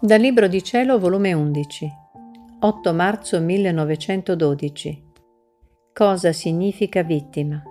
Dal Libro di Cielo, volume 11, 8 marzo 1912. Cosa significa vittima?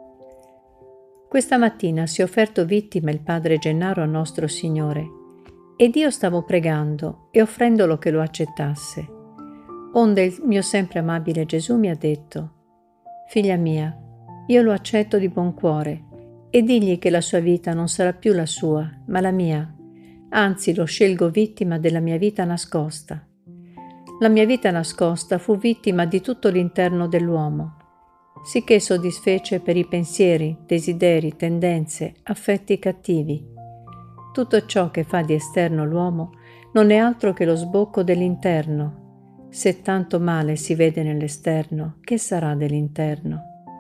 Questa mattina si è offerto vittima il padre Gennaro a nostro Signore, ed io stavo pregando e offrendolo che lo accettasse. Onde il mio sempre amabile Gesù mi ha detto: «Figlia mia, io lo accetto di buon cuore, e digli che la sua vita non sarà più la sua, ma la mia. Anzi, lo scelgo vittima della mia vita nascosta». La mia vita nascosta fu vittima di tutto l'interno dell'uomo, sicché soddisfece per i pensieri, desideri, tendenze, affetti cattivi. Tutto ciò che fa di esterno l'uomo non è altro che lo sbocco dell'interno. Se tanto male si vede nell'esterno, che sarà dell'interno?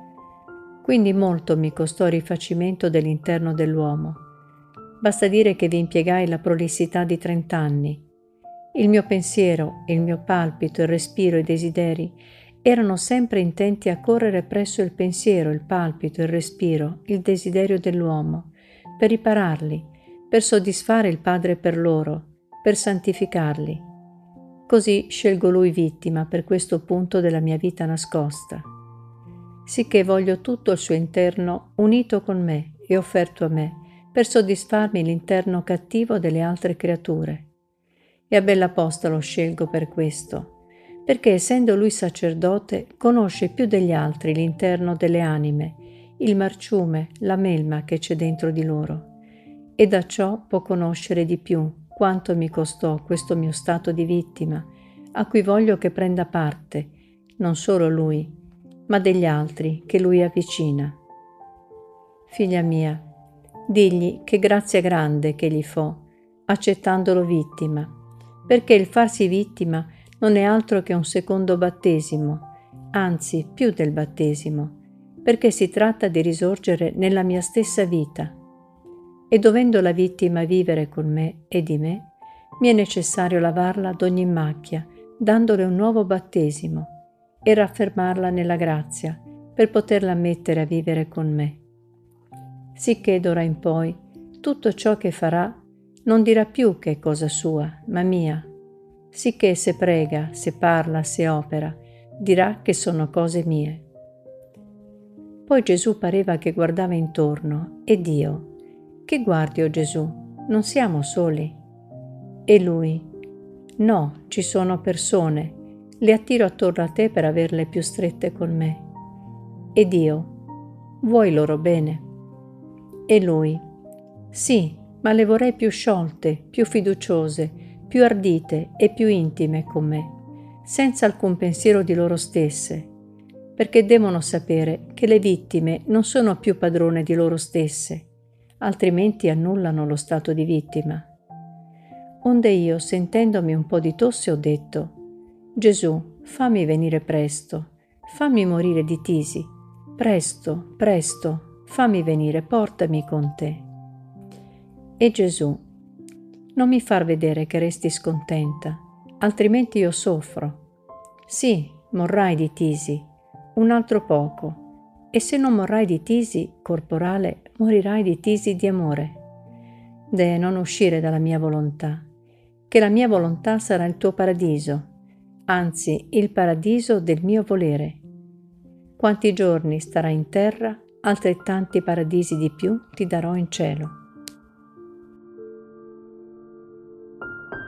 Quindi molto mi costò il rifacimento dell'interno dell'uomo. Basta dire che vi impiegai la prolissità di 30 anni. Il mio pensiero, il mio palpito, il respiro, i desideri erano sempre intenti a correre presso il pensiero, il palpito, il respiro, il desiderio dell'uomo, per ripararli, per soddisfare il Padre per loro, per santificarli. Così scelgo Lui vittima per questo punto della mia vita nascosta. Sicché voglio tutto il suo interno unito con me e offerto a me, per soddisfarmi l'interno cattivo delle altre creature. E a bella posta lo scelgo per questo, perché essendo lui sacerdote conosce più degli altri l'interno delle anime, il marciume, la melma che c'è dentro di loro, e da ciò può conoscere di più quanto mi costò questo mio stato di vittima, a cui voglio che prenda parte, non solo lui, ma degli altri che lui avvicina. Figlia mia, digli che grazia grande che gli fo, accettandolo vittima, perché il farsi vittima non è altro che un secondo battesimo, anzi più del battesimo, perché si tratta di risorgere nella mia stessa vita. E dovendo la vittima vivere con me e di me, mi è necessario lavarla d'ogni macchia, dandole un nuovo battesimo, e raffermarla nella grazia, per poterla mettere a vivere con me. Sicché d'ora in poi tutto ciò che farà non dirà più che è cosa sua, ma mia, sicché se prega, se parla, se opera, dirà che sono cose mie. Poi Gesù pareva che guardava intorno, ed io: «Che guardi, o Gesù? Non siamo soli?» E lui: «No, ci sono persone, le attiro attorno a te per averle più strette con me». Ed io: «Vuoi loro bene?» E lui: «Sì, ma le vorrei più sciolte, più fiduciose, più ardite e più intime con me, senza alcun pensiero di loro stesse, perché devono sapere che le vittime non sono più padrone di loro stesse, altrimenti annullano lo stato di vittima». Onde io, sentendomi un po' di tosse, ho detto: «Gesù, fammi venire presto, fammi morire di tisi, presto, presto, fammi venire, portami con te». E Gesù: «Non mi far vedere che resti scontenta, altrimenti io soffro. Sì, morrai di tisi, un altro poco, e se non morrai di tisi corporale, morirai di tisi di amore. Deh non uscire dalla mia volontà, che la mia volontà sarà il tuo paradiso, anzi il paradiso del mio volere. Quanti giorni starai in terra, altrettanti paradisi di più ti darò in cielo».